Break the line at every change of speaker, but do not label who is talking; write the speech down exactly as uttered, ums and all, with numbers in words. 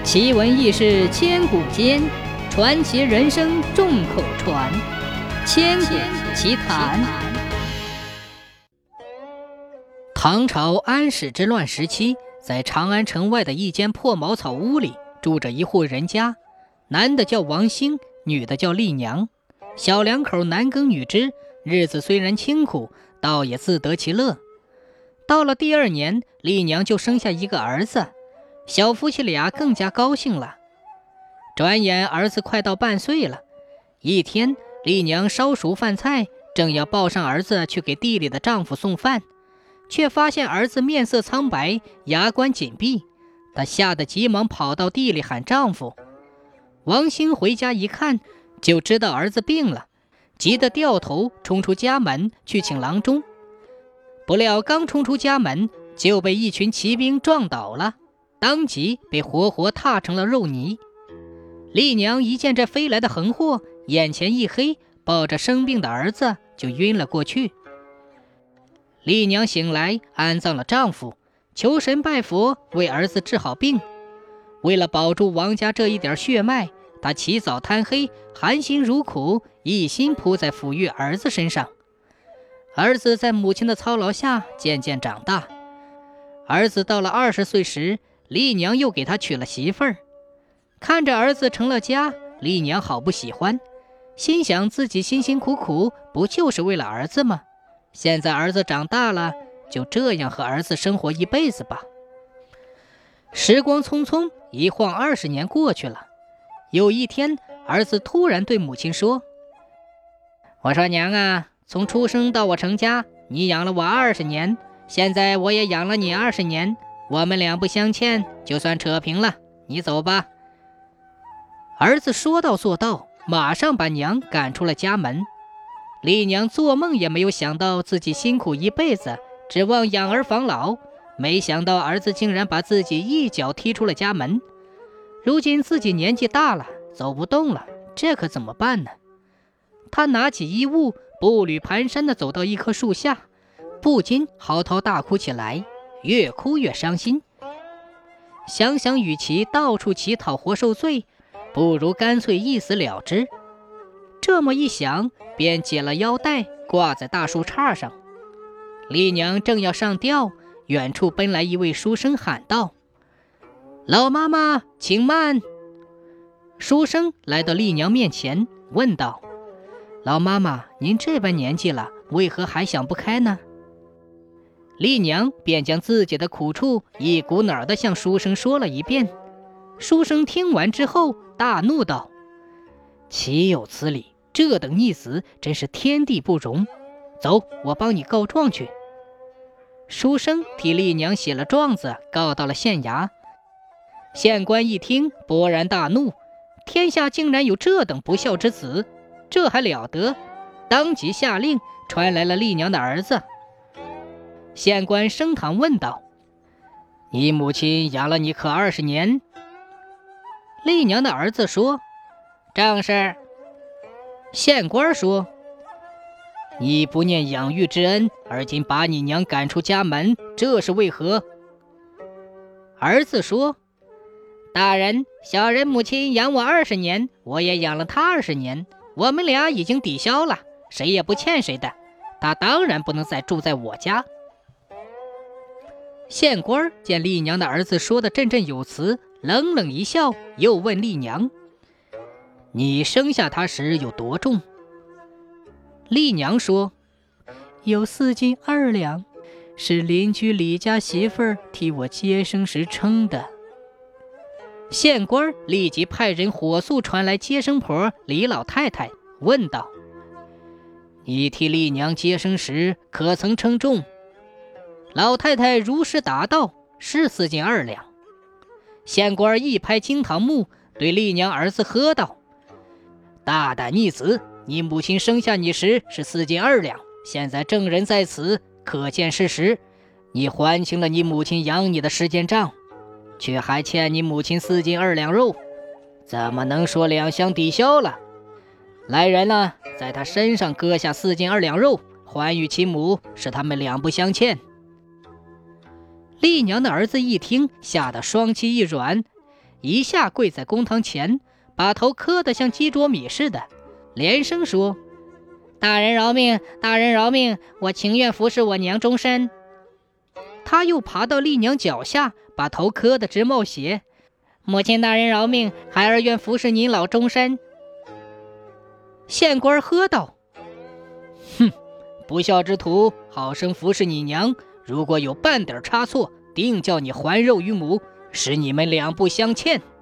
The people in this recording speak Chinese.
奇闻异事千古间，传奇人生众口传。千古奇谈。唐朝安史之乱时期，在长安城外的一间破茅草屋里，住着一户人家，男的叫王兴，女的叫丽娘。小两口男耕女织，日子虽然清苦，倒也自得其乐。到了第二年，丽娘就生下一个儿子，小夫妻俩更加高兴了。转眼儿子快到半岁了，一天，丽娘烧熟饭菜，正要抱上儿子去给地里的丈夫送饭，却发现儿子面色苍白，牙关紧闭，她吓得急忙跑到地里喊丈夫。王兴回家一看，就知道儿子病了，急得掉头冲出家门去请郎中。不料刚冲出家门，就被一群骑兵撞倒了，当即被活活踏成了肉泥。丽娘一见这飞来的横祸，眼前一黑，抱着生病的儿子就晕了过去。丽娘醒来，安葬了丈夫，求神拜佛，为儿子治好病。为了保住王家这一点血脉，她起早贪黑，含辛茹苦，一心扑在抚育儿子身上。儿子在母亲的操劳下渐渐长大。儿子到了二十岁时，丽娘又给他娶了媳妇儿。看着儿子成了家，丽娘好不喜欢，心想自己辛辛苦苦不就是为了儿子吗？现在儿子长大了，就这样和儿子生活一辈子吧。时光匆匆，一晃二十年过去了。有一天，儿子突然对母亲说：我说娘啊，从出生到我成家，你养了我二十年，现在我也养了你二十年，我们两不相欠，就算扯平了，你走吧。儿子说到做到，马上把娘赶出了家门。丽娘做梦也没有想到自己辛苦一辈子，指望养儿防老，没想到儿子竟然把自己一脚踢出了家门。如今自己年纪大了，走不动了，这可怎么办呢？他拿起衣物，步履蹒跚地走到一棵树下，不禁嚎啕大哭起来，越哭越伤心。想想与其到处乞讨活受罪，不如干脆一死了之。这么一想，便解了腰带，挂在大树杈上。丽娘正要上吊，远处奔来一位书生，喊道：老妈妈，请慢。书生来到丽娘面前，问道：老妈妈，您这般年纪了，为何还想不开呢？丽娘便将自己的苦处一股脑地向书生说了一遍。书生听完之后大怒道：岂有此理，这等逆子真是天地不容，走，我帮你告状去。书生替丽娘写了状子，告到了县衙。县官一听，勃然大怒，天下竟然有这等不孝之子，这还了得！当即下令传来了丽娘的儿子。县官升堂问道：你母亲养了你可二十年？丽娘的儿子说：正是。县官说：你不念养育之恩，而今把你娘赶出家门，这是为何？儿子说：大人，小人母亲养我二十年，我也养了她二十年，我们俩已经抵消了，谁也不欠谁的，她当然不能再住在我家。县官见丽娘的儿子说的振振有词，冷冷一笑，又问丽娘：你生下他时有多重？丽娘说：有四斤二两，是邻居李家媳妇儿替我接生时称的。县官立即派人火速传来接生婆李老太太，问道：你替丽娘接生时可曾称重？老太太如实答道：是四斤二两。县官一拍惊堂木，对丽娘儿子喝道：大胆逆子，你母亲生下你时是四斤二两，现在证人在此，可见事实，你还清了你母亲养你的时间账，却还欠你母亲四斤二两肉，怎么能说两相抵消了？来人啊，在他身上割下四斤二两肉，还与其母，使他们两不相欠。丽娘的儿子一听，吓得双膝一软， 一下跪在公堂前，把头磕得像鸡啄米似的，连声说：“大人饶命，大人饶命，我情愿服侍我娘终身。”他又爬到丽娘脚下，把头磕得直冒血：“母亲大人饶命，孩儿愿服侍您老终身。”县官喝道：“哼，不孝之徒，好生服侍你娘，如果有半点差错，定叫你还肉于母，使你们两不相欠。”